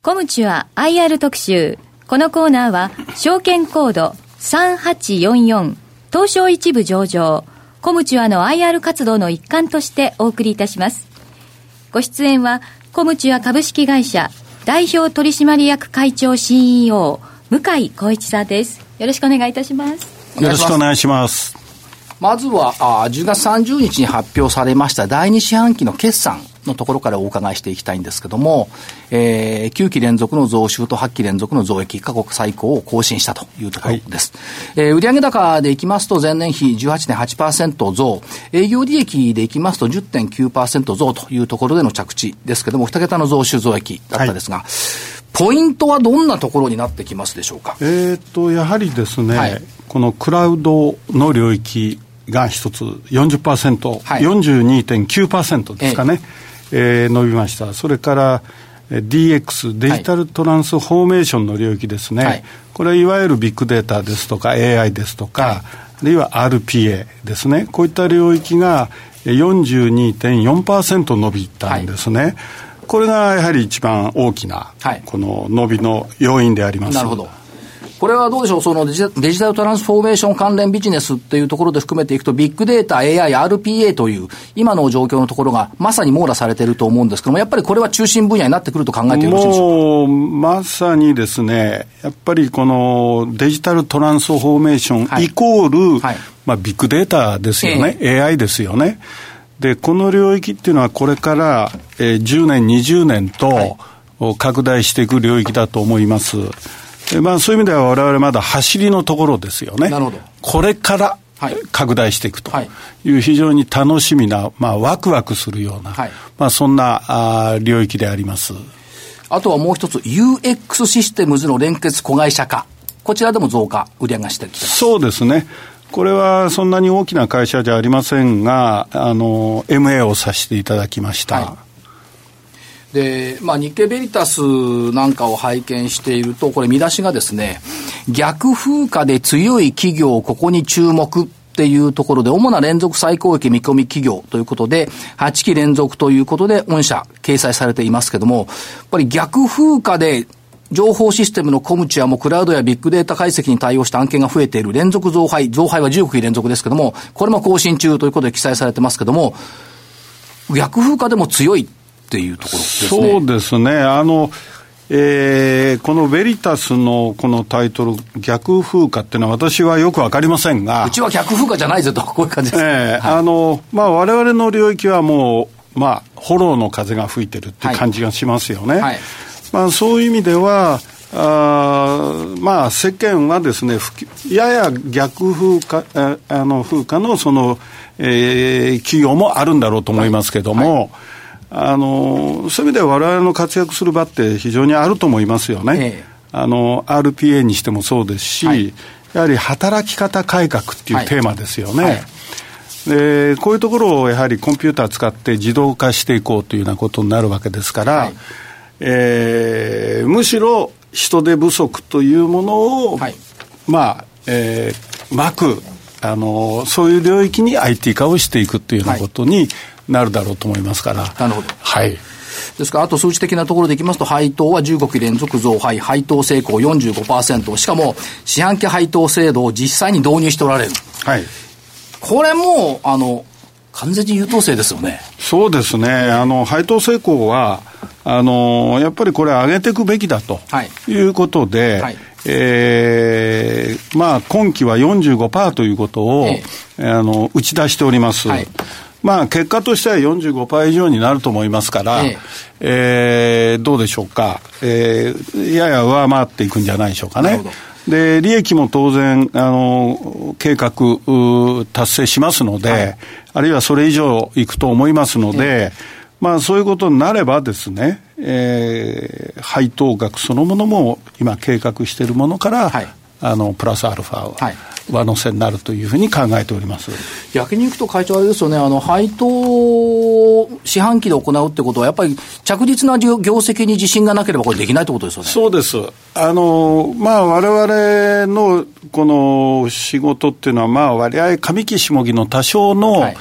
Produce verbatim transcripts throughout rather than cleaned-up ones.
コムチュア アイアール 特集。このコーナーは証券コードさんはちよんよん東証一部上場コムチュアの アイアール 活動の一環としてお送りいたします。ご出演はコムチュア株式会社代表取締役会長 シーイーオー 向井光一さんです。よろしくお願いいたします。 よろしくお願いします。 まずはあじゅうがつさんじゅうにちに発表されましただいに四半期の決算のところからお伺いしていきたいんですけども、えー、きゅうき連続の増収とはちき連続の増益、過去最高を更新したというところです。はい、えー、売上高でいきますと前年比 じゅうはちてんはちパーセント 増、営業利益でいきますと じゅってんきゅうパーセント 増というところでの着地ですけども、に桁の増収増益だったですが、はい、ポイントはどんなところになってきますでしょうか。 えー、っとやはりですね、はい、このクラウドの領域が一つ よんじゅっパーセント、はい、よんじゅうにてんきゅうパーセント ですかね、えーえー、伸びました。それから ディーエックス デジタルトランスフォーメーションの領域ですね、はい、これはいわゆるビッグデータですとか エーアイ ですとか、はい、あるいは アールピーエー ですね、こういった領域が よんじゅうにてんよんパーセント 伸びたんですね、はい、これがやはり一番大きなこの伸びの要因であります。 なるほど。これはどうでしょう、そのデジタルトランスフォーメーション関連ビジネスっていうところで含めていくと、ビッグデータ、エーアイ、アールピーエー という今の状況のところがまさに網羅されていると思うんですけども、やっぱりこれは中心分野になってくると考えてよろしいでしょうか。 もうまさにですね、やっぱりこのデジタルトランスフォーメーションイコール、はいはい、まあ、ビッグデータですよね、えー、エーアイ ですよね。でこの領域っていうのはこれから、えー、じゅうねんにじゅうねんと、はい、拡大していく領域だと思います。まあ、そういう意味では我々まだ走りのところですよね。 なるほど。 これから拡大していくという非常に楽しみな、まあ、ワクワクするような、はい、まあ、そんなあ領域であります。 あとはもう一つ ユーエックス システムズの連結子会社化、こちらでも増加売上がしてきてます。 そうですね。これはそんなに大きな会社じゃありませんが、あの エムエー をさせていただきました。はい、 で、まあ、日経ベリタスなんかを拝見していると、これ見出しがですね、逆風化で強い企業、ここに注目っていうところで、主な連続最高益見込み企業ということで、はちき連続ということで、御社掲載されていますけども、やっぱり逆風化で情報システムのコムチュアもクラウドやビッグデータ解析に対応した案件が増えている、連続増配、増配はじゅうごき連続ですけども、これも更新中ということで記載されてますけども、逆風化でも強いっていうところですね。 そうですね。あの、えー、このベリタスのこのタイトル逆風化っていうのは私はよくわかりませんが、 うちは逆風化じゃないぞと、こういう感じです、 えーはい、あのまあ、我々の領域はもう、まあ、フォローの風が吹いてるっていう感じがしますよね。はいはい、まあ、そういう意味ではあ、まあ、世間はですね、やや逆風化、あの風化のその、えー、企業もあるんだろうと思いますけども、はいはい、あのそういう意味では我々の活躍する場って非常にあると思いますよね。ええ、あの アールピーエー にしてもそうですし、はい、やはり働き方改革っていうテーマですよね。はいはい、でこういうところをやはりコンピューター使って自動化していこうというようなことになるわけですから、はい、えー、むしろ人手不足というものを、はい、まあ、えー、うまくあのそういう領域に アイティー 化をしていくというようなことに、はい、なるだろうと思いますから。 なるほど。 はい。 ですから、あと数値的なところでいきますと、配当はじゅうごき連続増配、配当成功 よんじゅうごパーセント、しかも四半期配当制度を実際に導入しておられる。はい。これもあの完全に優等生ですよね。 そうですね。あの配当成功はあのやっぱりこれ上げていくべきだということで、はいはい、えー、まあ今期は よんじゅうごパーセント ということを、ええ、あの打ち出しております。はい、まあ結果としては よんじゅうごパーセント 以上になると思いますから、えええー、どうでしょうか、えー、やや上回っていくんじゃないでしょうかね。で利益も当然あの計画達成しますので、はい、あるいはそれ以上いくと思いますので、ええ、まあそういうことになればですね、えー、配当額そのものも今計画しているものから、はい、あのプラスアルファは上乗せになるというふうに考えております。 逆に言うと会長あれですよね、あの配当四半期で行うってことはやっぱり着実な業績に自信がなければこれできないってことですよね。 そうです。あのまあ我々のこの仕事っていうのはまあ割合上期下期の多少の、はい、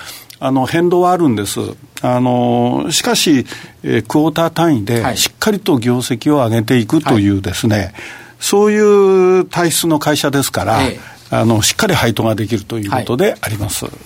あの変動はあるんです。あのしかし、えー、クォーター単位でしっかりと業績を上げていくというですね、はい、そういう体質の会社ですから、えー、あのしっかり配当ができるということであります。はい、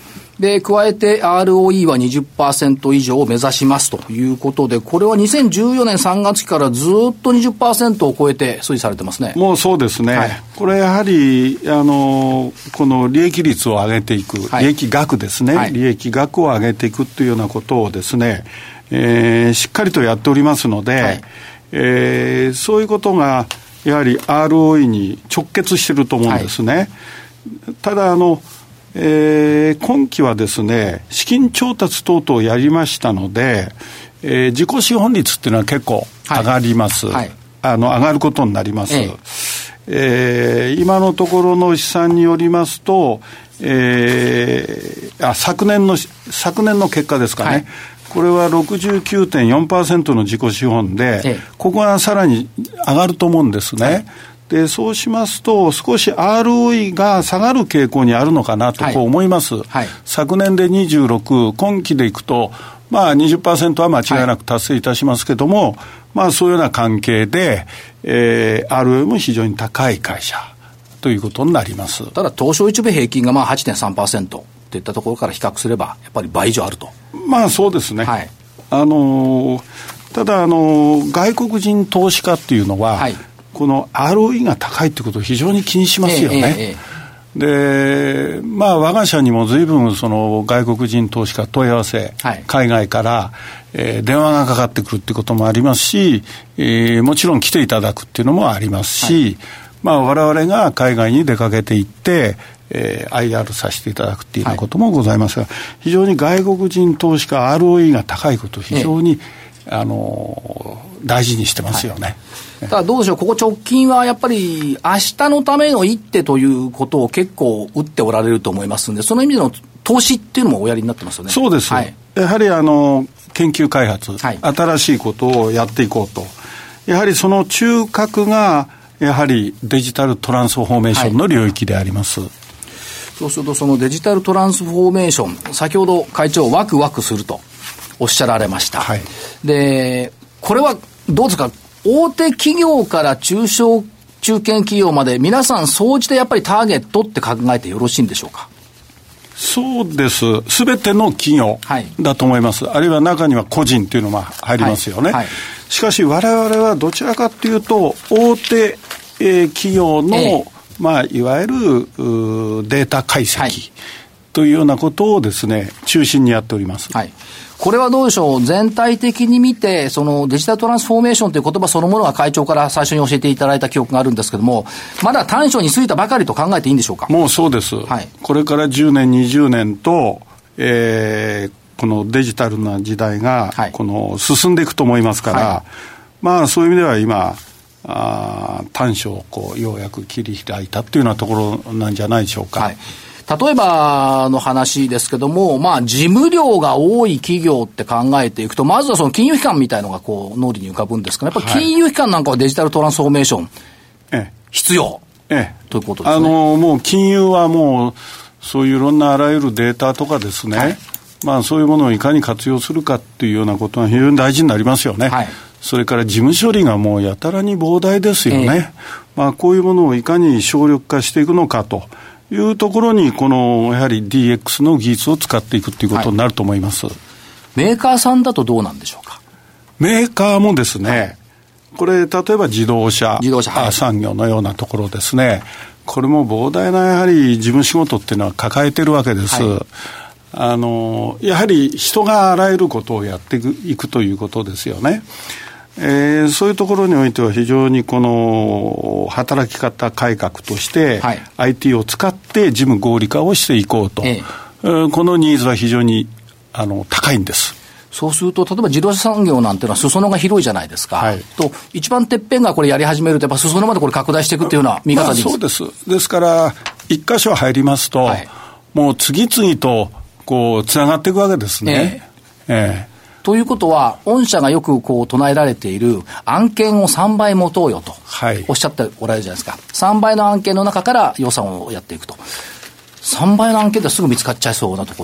で加えて アールオーイー は にじゅっパーセント 以上を目指しますということで、これはにせんじゅうよねんさんがつ期からずっと にじゅっパーセント を超えて推移されてますね。 もうそうですね、はい、これやはりあのこの利益率を上げていく、はい、利益額ですね、はい、利益額を上げていくというようなことをですね、えー、しっかりとやっておりますので、はい、えー、そういうことがやはり アールオーイー に直結していると思うんですね。はい、ただあのえー、今期はですね資金調達等々やりましたので、えー、自己資本率っていうのは結構上がります、はいはい、あの上がることになります、えええー、今のところの試算によりますと、えー、あ昨年の昨年の結果ですかね、はい、これは ろくじゅうきゅうてんよんパーセント の自己資本で、ええ、ここがさらに上がると思うんですね。はい、でそうしますと少し アールオーイー が下がる傾向にあるのかなとこう思います。はいはい、昨年でにじゅうろく、今期でいくとまあ にじゅっパーセント は間違いなく達成いたしますけども、はい、まあそういうような関係で、えー、アールオーイー も非常に高い会社ということになります。 ただ東証一部平均がまあ はちてんさんパーセント といったところから比較すればやっぱり倍以上あると。 まあそうですね。はい、あのー、ただあのー、外国人投資家っていうのは、はい、この アールオーイー が高いということを非常に気にしますよね。ええええ、で、まあ我が社にも随分その外国人投資家問い合わせ、はい、海外から、えー、電話がかかってくるっていうこともありますし、えー、もちろん来ていただくっていうのもありますし、はい、まあ我々が海外に出かけていって、えー、アイアール させていただくっていうようなこともございますが、はい、非常に外国人投資家 アールオーイー が高いことを非常に、ええ、あの大事にしてますよね。はい、 ただどうでしょう、ここ直近はやっぱり明日のための一手ということを結構打っておられると思いますので、その意味での投資っていうのもおやりになってますよね。 そうです、はい、やはりあの研究開発、はい、新しいことをやっていこうと、やはりその中核がやはりデジタルトランスフォーメーションの領域であります。はい、 そうするとそのデジタルトランスフォーメーション、先ほど会長ワクワクするとおっしゃられました。はい、でこれはどうですか、大手企業から中小中堅企業まで皆さん総じてやっぱりターゲットって考えてよろしいんでしょうか。 そうです。すべての企業だと思います。はい、あるいは中には個人というのも入りますよね。はいはい、しかし我々はどちらかというと大手、えー、企業の、えーまあ、いわゆるデータ解析、はい、というようなことをですね中心にやっております。はい、 これはどうでしょう、全体的に見てそのデジタルトランスフォーメーションという言葉そのものが会長から最初に教えていただいた記憶があるんですけども、まだ短所に過ぎたばかりと考えていいんでしょうか。 もうそうです。はい、これからじゅうねんにじゅうねんと、えー、このデジタルな時代が、はい、この進んでいくと思いますから、はい、まあそういう意味では今あ短所をこうようやく切り開いたというようなところなんじゃないでしょうか。はい、 例えばの話ですけども、まあ事務量が多い企業って考えていくと、まずはその金融機関みたいのがこう脳裏に浮かぶんですけど、やっぱり金融機関なんかはデジタルトランスフォーメーション、はい、必要、ええ、ということですね。 あのもう金融はもうそういういろんなあらゆるデータとかですね、はい、まあそういうものをいかに活用するかっていうようなことが非常に大事になりますよね。はい、それから事務処理がもうやたらに膨大ですよね。ええ、まあこういうものをいかに省力化していくのかというところにこのやはり ディーエックス の技術を使っていくということになると思います。はい、 メーカーさんだとどうなんでしょうか。 メーカーもですね、はい、これ例えば自動車、自動車、はい、産業のようなところですね、これも膨大なやはり事務仕事っていうのは抱えているわけです。はい、あのやはり人があらゆることをやっていくということですよね。えー、そういうところにおいては非常にこの働き方改革として アイティー を使って事務合理化をしていこうと、ええ、このニーズは非常にあの高いんです。 そうすると例えば自動車産業なんていうのは裾野が広いじゃないですか。はい、と一番てっぺんがこれやり始めるとやっぱ裾野までこれ拡大していくっていうような見方でいいですか。まあ、そうです。 ですから一箇所入りますと、はい、もう次々とこうつながっていくわけですね。ええええということは御社がよくこう唱えられている案件をさんばい持とうよとおっしゃっておられるじゃないですか。はい、さんばいの案件の中から予算をやっていくと、さんばいの案件ってすぐ見つかっちゃいそうなところ。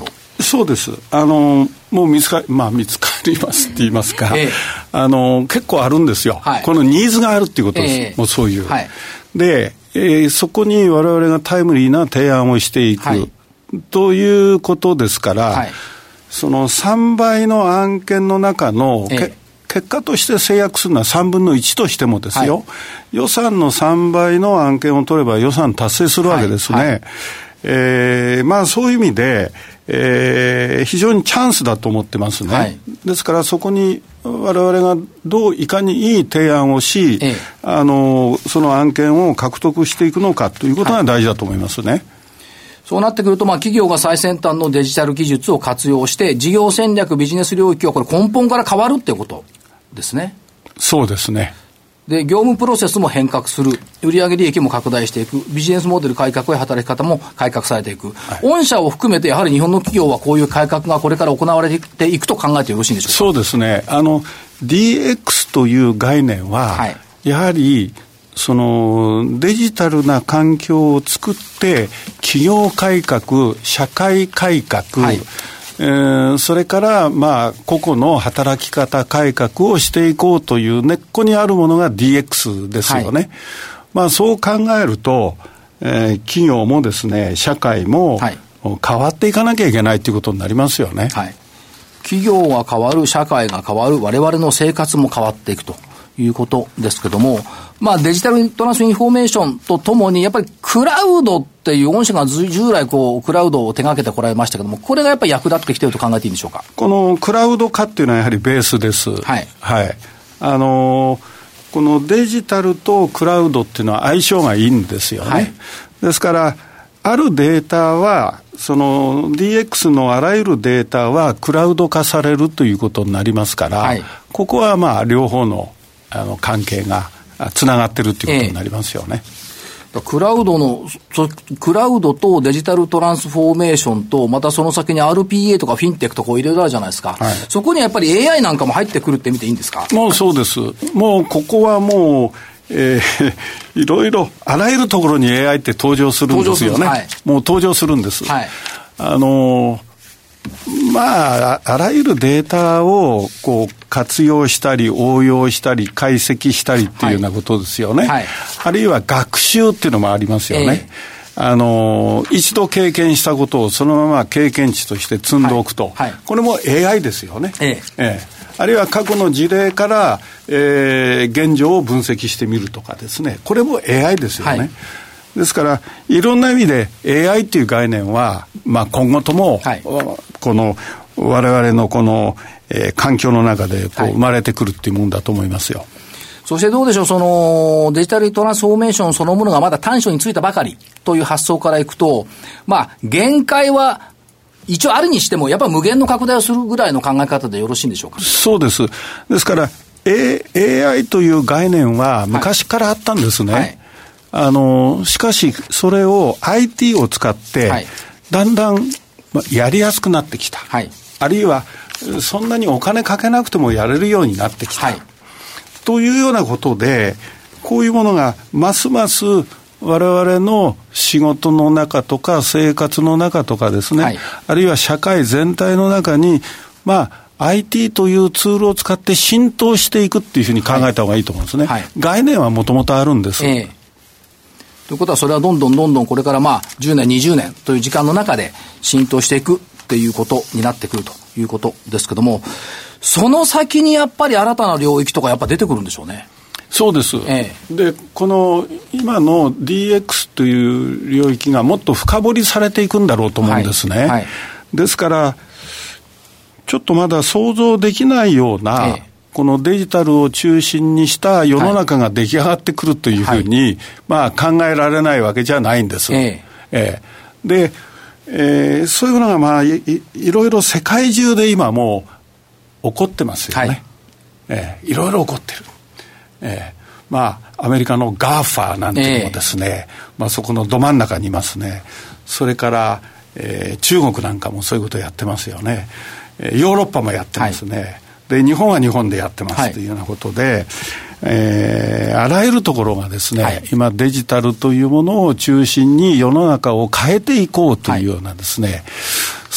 そうです。あのもう見つか、まあ、見つかりますって言いますか、ええ、あの結構あるんですよ、はい、このニーズがあるっていうことです、え、もうそういう、はい、で、えー、そこに我々がタイムリーな提案をしていく、はい、ということですから、はい、そのさんばいの案件の中の、ええ、結果として制約するのはさんぶんのいちとしてもですよ、はい、予算のさんばいの案件を取れば予算達成するわけですね、はいはい、えー、まあそういう意味で、えー、非常にチャンスだと思ってますね、はい、ですからそこに我々がどういかにいい提案をし、ええ、あのその案件を獲得していくのかということが大事だと思いますね、はい、 そうなってくると、まあ、企業が最先端のデジタル技術を活用して事業戦略ビジネス領域をこれ根本から変わるっていうことですね。 そうですね。 で、業務プロセスも変革する、売上利益も拡大していく、ビジネスモデル改革や働き方も改革されていく、はい、御社を含めてやはり日本の企業はこういう改革がこれから行われていくと考えてよろしいんでしょうか。 そうですね。あの ディーエックス という概念は、はい、やはりそのデジタルな環境を作って企業改革、社会改革、はい、えー、それからまあ個々の働き方改革をしていこうという根っこにあるものが ディーエックス ですよね、はい、まあそう考えると、えー、企業もですね社会も変わっていかなきゃいけないということになりますよね、はい、 企業が変わる、社会が変わる、我々の生活も変わっていくということですけども、まあデジタルトランスインフォメーションとともにやっぱりクラウドっていう御社が従来こうクラウドを手掛けてこられましたけども、これがやっぱり役立ってきていると考えていいんでしょうか。 このクラウド化っていうのはやはりベースです。はい。はい。あのこのデジタルとクラウドっていうのは相性がいいんですよね。はい、ですからあるデータはその ディーエックス のあらゆるデータはクラウド化されるということになりますから、はい、ここはまあ両方のあの関係がつながってるということになりますよね、 ええ、クラウドのクラウドとデジタルトランスフォーメーションとまたその先に アールピーエー とかフィンテックとかいろいろあるじゃないですか、はい、そこにやっぱり エーアイ なんかも入ってくるって見ていいんですか。 もうそうです。もうここはもうえー、いろいろあらゆるところに エーアイ って登場するんですよね、はい、もう登場するんです、はい、あのまああらゆるデータをこう活用したり応用したり解析したりっていうようなことですよね、はいはい、あるいは学習っていうのもありますよね、えー、あの一度経験したことをそのまま経験値として積んでおくと、はいはい、これも エーアイ ですよね、えーえーあるいは過去の事例から、えー、現状を分析してみるとかですね、これも エーアイ ですよね、はい、ですからいろんな意味で エーアイ という概念は、まあ、今後とも、はい、この我々のこの、えー、環境の中でこう生まれてくるっていうもんだと思いますよ、はい、 そしてどうでしょう、そのデジタルトランスフォーメーションそのものがまだ短所についたばかりという発想からいくと、まあ限界は一応あるにしてもやっぱり無限の拡大をするぐらいの考え方でよろしいんでしょうか。 そうです。ですから、A、エーアイ という概念は昔からあったんですね、はい、あのしかしそれを アイティー を使ってだんだんやりやすくなってきた、はい、あるいはそんなにお金かけなくてもやれるようになってきた、はい、というようなことでこういうものがますます我々の仕事の中とか生活の中とかですね、はい、あるいは社会全体の中に、まあ、アイティー というツールを使って浸透していくっていうふうに考えた方がいいと思うんですね、はいはい、概念はもともとあるんです、えー、 ということはそれはどんどんどんどんこれからまあじゅうねんにじゅうねんという時間の中で浸透していくっていうことになってくるということですけども、その先にやっぱり新たな領域とかやっぱ出てくるんでしょうね。 そうです、ええ、でこの今の ディーエックス という領域がもっと深掘りされていくんだろうと思うんですね、はいはい、ですからちょっとまだ想像できないような、ええ、このデジタルを中心にした世の中が出来上がってくるというふうに、はい、まあ、考えられないわけじゃないんです、ええええ、で、えー、そういうのが、まあ、い, い, いろいろ世界中で今もう起こってますよね、はい、ええ、いろいろ起こってる。えー、まあアメリカの ガーファ なんていうのもですね、えーまあ、そこのど真ん中にいますね。それから、えー、中国なんかもそういうことをやってますよね、えー、ヨーロッパもやってますね、はい、で日本は日本でやってますというようなことで、はい、えー、あらゆるところがですね、はい、今デジタルというものを中心に世の中を変えていこうというようなですね、はい、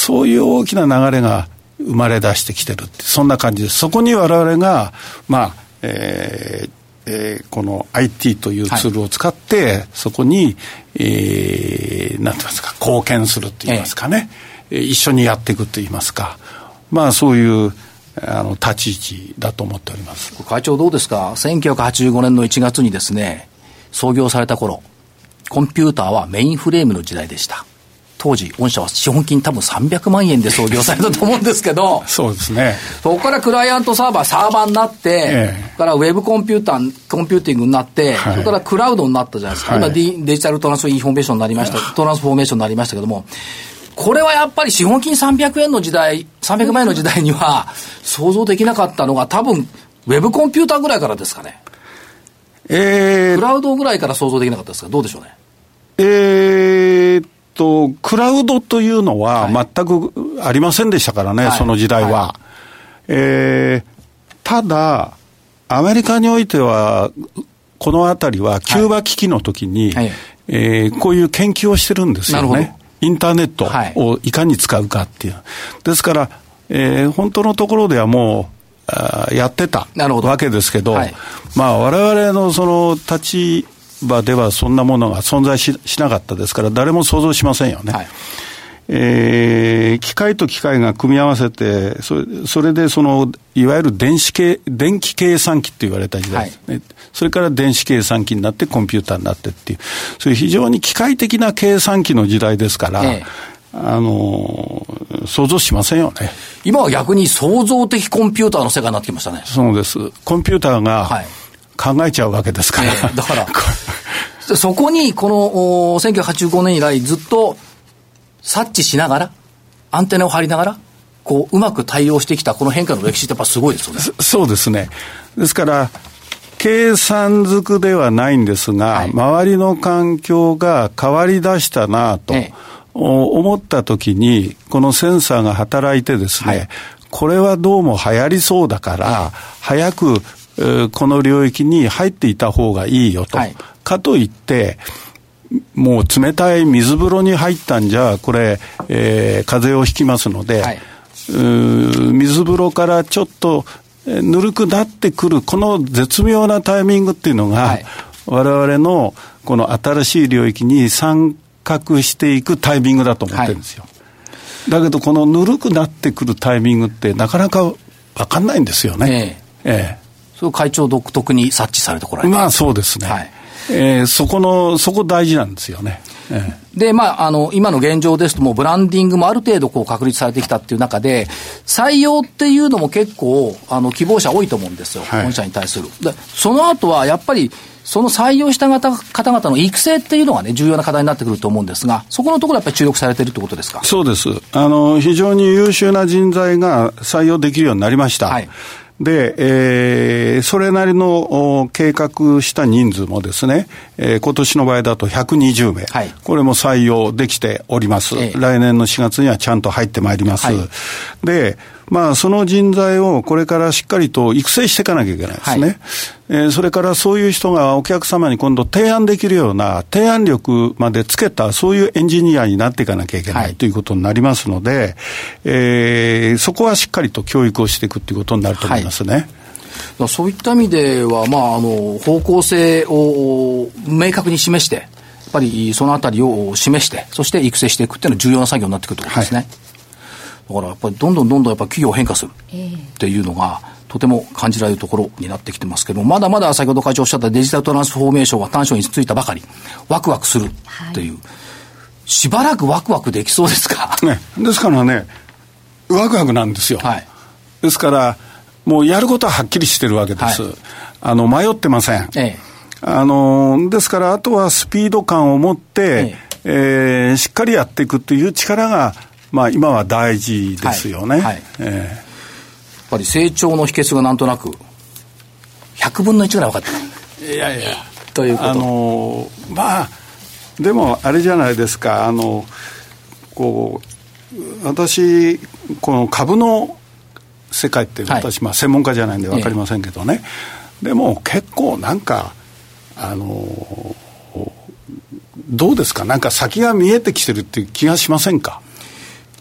そういう大きな流れが生まれ出してきてるって、そんな感じです。そこに我々が、まあ、えーえー、この アイティー というツールを使って、はい、そこに、えー、なんて言いますか、貢献すると言いますかね、ええ、一緒にやっていくと言いますか、まあそういうあの立ち位置だと思っております。 会長どうですか。せんきゅうひゃくはちじゅうごねんのいちがつにですね、創業された頃、コンピューターはメインフレームの時代でした。当時御社は資本金多分さんびゃくまんえんで創業されたと思うんですけどそうですね。 そこからクライアントサーバーサーバーになって、ええ、それからウェブコンピューターコンピューティングになって、はい、それからクラウドになったじゃないですか、はい、今 デ, デジタルトランスフォーメーションになりました、はい、トランスフォーメーションになりましたけども、これはやっぱり資本金さんびゃくえんの時代、さんびゃくまんえんの時代には想像できなかったのが多分ウェブコンピューターぐらいからですかね。えー、クラウドぐらいから想像できなかったですか。どうでしょうね。 えーとクラウドというのは全くありませんでしたからね、はい、その時代は、はい、えー、ただアメリカにおいてはこのあたりはキューバ危機の時に、はい、えー、こういう研究をしてるんですよね。インターネットをいかに使うかっていう、はい、ですから、えー、本当のところではもうやってたわけですけど、はい、まあ我々のその立ち場ではそんなものが存在 し, しなかったですから誰も想像しませんよね、はい、えー、機械と機械が組み合わせて そ, それでそのいわゆる電子系電気計算機って言われた時代ですね、はい、それから電子計算機になってコンピューターになってっていう、そういう非常に機械的な計算機の時代ですから、ええ、あの想像しませんよね。 今は逆に創造的コンピューターの世界になってきましたね。 そうです。コンピューターが、はい、考えちゃうわけですから、えー、だからそこにこのせんきゅうひゃくはちじゅうごねん以来ずっと察知しながらアンテナを張りながらこううまく対応してきたこの変化の歴史ってやっぱすごいですよね。 そ, そうですね。ですから計算づくではないんですが、はい、周りの環境が変わり出したなと、えー、思った時にこのセンサーが働いてですね、はい、これはどうも流行りそうだから、はい、早くこの領域に入っていた方がいいよと、はい、かといってもう冷たい水風呂に入ったんじゃこれ、えー、風邪をひきますので、はい、う水風呂からちょっとぬるくなってくるこの絶妙なタイミングっていうのが、はい、我々のこの新しい領域に参画していくタイミングだと思ってるんですよ、はい、だけどこのぬるくなってくるタイミングってなかなか分かんないんですよね。ええええ、 それを会長独特に察知されてこられた。 まあそうですね、はい、えー、そこのそこ大事なんですよね、ええ、でまああの今の現状ですともうブランディングもある程度こう確立されてきたっていう中で採用っていうのも結構あの希望者多いと思うんですよ、はい、本社に対する。でその後はやっぱりその採用した方々の育成っていうのがね重要な課題になってくると思うんですが、そこのところやっぱり注力されているってことですか。 そうです。あの非常に優秀な人材が採用できるようになりました、はい、で、えー、それなりの計画した人数もですね、えー、今年の場合だとひゃくにじゅうめい、はい、これも採用できております、ええ、来年のしがつにはちゃんと入ってまいります、はい、でまあその人材をこれからしっかりと育成していかなきゃいけないですね、はい、えー、それからそういう人がお客様に今度提案できるような提案力までつけたそういうエンジニアになっていかなきゃいけない、はい、ということになりますので、えー、そこはしっかりと教育をしていくということになると思いますね、 はい、そういった意味では、まあ、あの方向性を明確に示してやっぱりそのあたりを示してそして育成していくっていうのは重要な作業になってくるということですね、はい、だからやっぱりどんどんどんどんやっぱ企業変化するっていうのがとても感じられるところになってきてますけども、まだまだ先ほど会長おっしゃったデジタルトランスフォーメーションは短所についたばかりワクワクするっていう、はい、しばらくワクワクできそうですか、 ね、ですからねワクワクなんですよ、はい、ですからもうやることははっきりしてるわけです、はい、あの迷ってません、ええ、あのですからあとはスピード感を持って、えええー、しっかりやっていくという力がまあ、今は大事ですよね、はいはい、えー、やっぱり成長の秘訣がなんとなくひゃくぶんのいちぐらい分かってる。いやいやということ、 あのまあでもあれじゃないですか、あのこう私この株の世界って私、はい、まあ、専門家じゃないんで分かりませんけどね、えー、でも結構なんかあのどうですか、なんか先が見えてきてるっていう気がしませんか。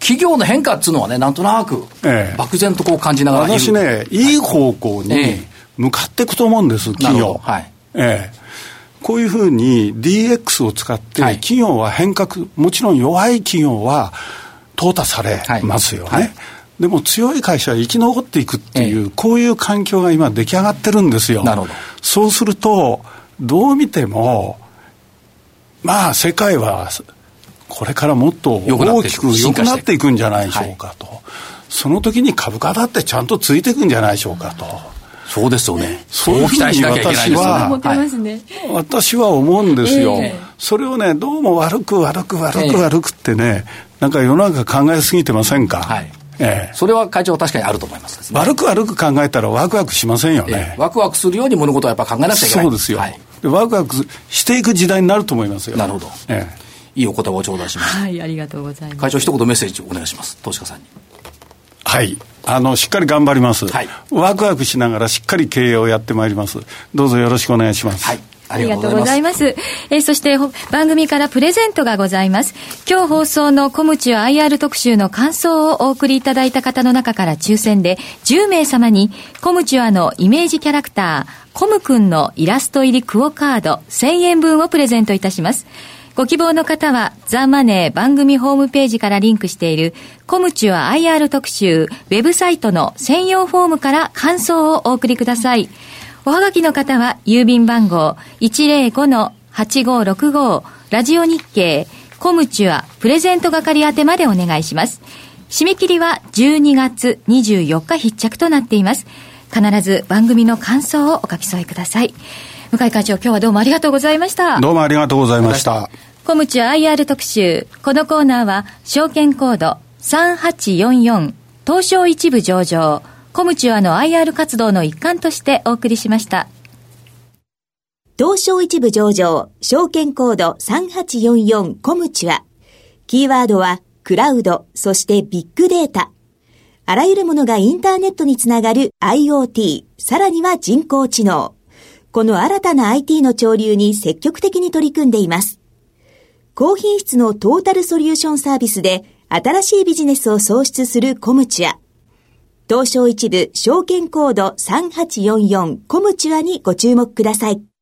企業の変化っていうのはね、なんとなく、ええ、漠然とこう感じながらいる。 私ね、いい方向に向かっていくと思うんです、企業。はい。ええ。こういうふうに ディーエックス を使って、企業は変革、はい、もちろん弱い企業は淘汰されますよね。はいはい、でも強い会社は生き残っていくっていう、ええ、こういう環境が今出来上がってるんですよ。なるほど。そうすると、どう見ても、まあ世界はこれからもっと大きく良くなっていくんじゃないでしょうかと、はい、その時に株価だってちゃんとついていくんじゃないでしょうかと。 そうですよね。そう期待しなきゃいけないですよね。 私は思うんですよ、えー、それをね、どうも悪く悪く悪く悪くってね、えー、なんか世の中考えすぎてませんか。はい、 えー、それは会長確かにあると思います、ね、 悪く悪く考えたらワクワクしませんよね、 えー、ワクワクするように物事はやっぱ考えなくちゃいけない。 そうですよ、はい、でワクワクしていく時代になると思いますよ。 なるほど、えー、いいお言葉を頂戴しました。 はい、ありがとうございます。 会長一言メッセージお願いします。投資家さんに。 はい、あのしっかり頑張ります、はい、ワクワクしながらしっかり経営をやってまいります。どうぞよろしくお願いします。 はい、ありがとうございます。えー、そして番組からプレゼントがございます。今日放送のコムチュア アイアール 特集の感想をお送りいただいた方の中から抽選でじゅうめい様にコムチュアのイメージキャラクターコムくんのイラスト入りクオカードせんえんぶんをプレゼントいたします。ご希望の方はザ・マネー番組ホームページからリンクしているコムチュア アイアール 特集ウェブサイトの専用フォームから感想をお送りください。おはがきの方は郵便番号 いちまるごのはちごろくご ラジオ日経コムチュアプレゼント係宛てまでお願いします。締め切りはじゅうにがつにじゅうよっか必着となっています。必ず番組の感想をお書き添えください。向井会長、今日はどうもありがとうございました。 どうもありがとうございました。 コムチュア アイアール 特集。このコーナーは証券コードさんはちよんよん東証一部上場コムチュアの アイアール 活動の一環としてお送りしました。 東証一部上場証券コードさんはちよんよんコムチュア。キーワードはクラウド、そしてビッグデータ。あらゆるものがインターネットにつながる IoT、さらには人工知能。この新たな アイティー の潮流に積極的に取り組んでいます。高品質のトータルソリューションサービスで新しいビジネスを創出するコムチュア。東証一部証券コードさんはちよんよんコムチュアにご注目ください。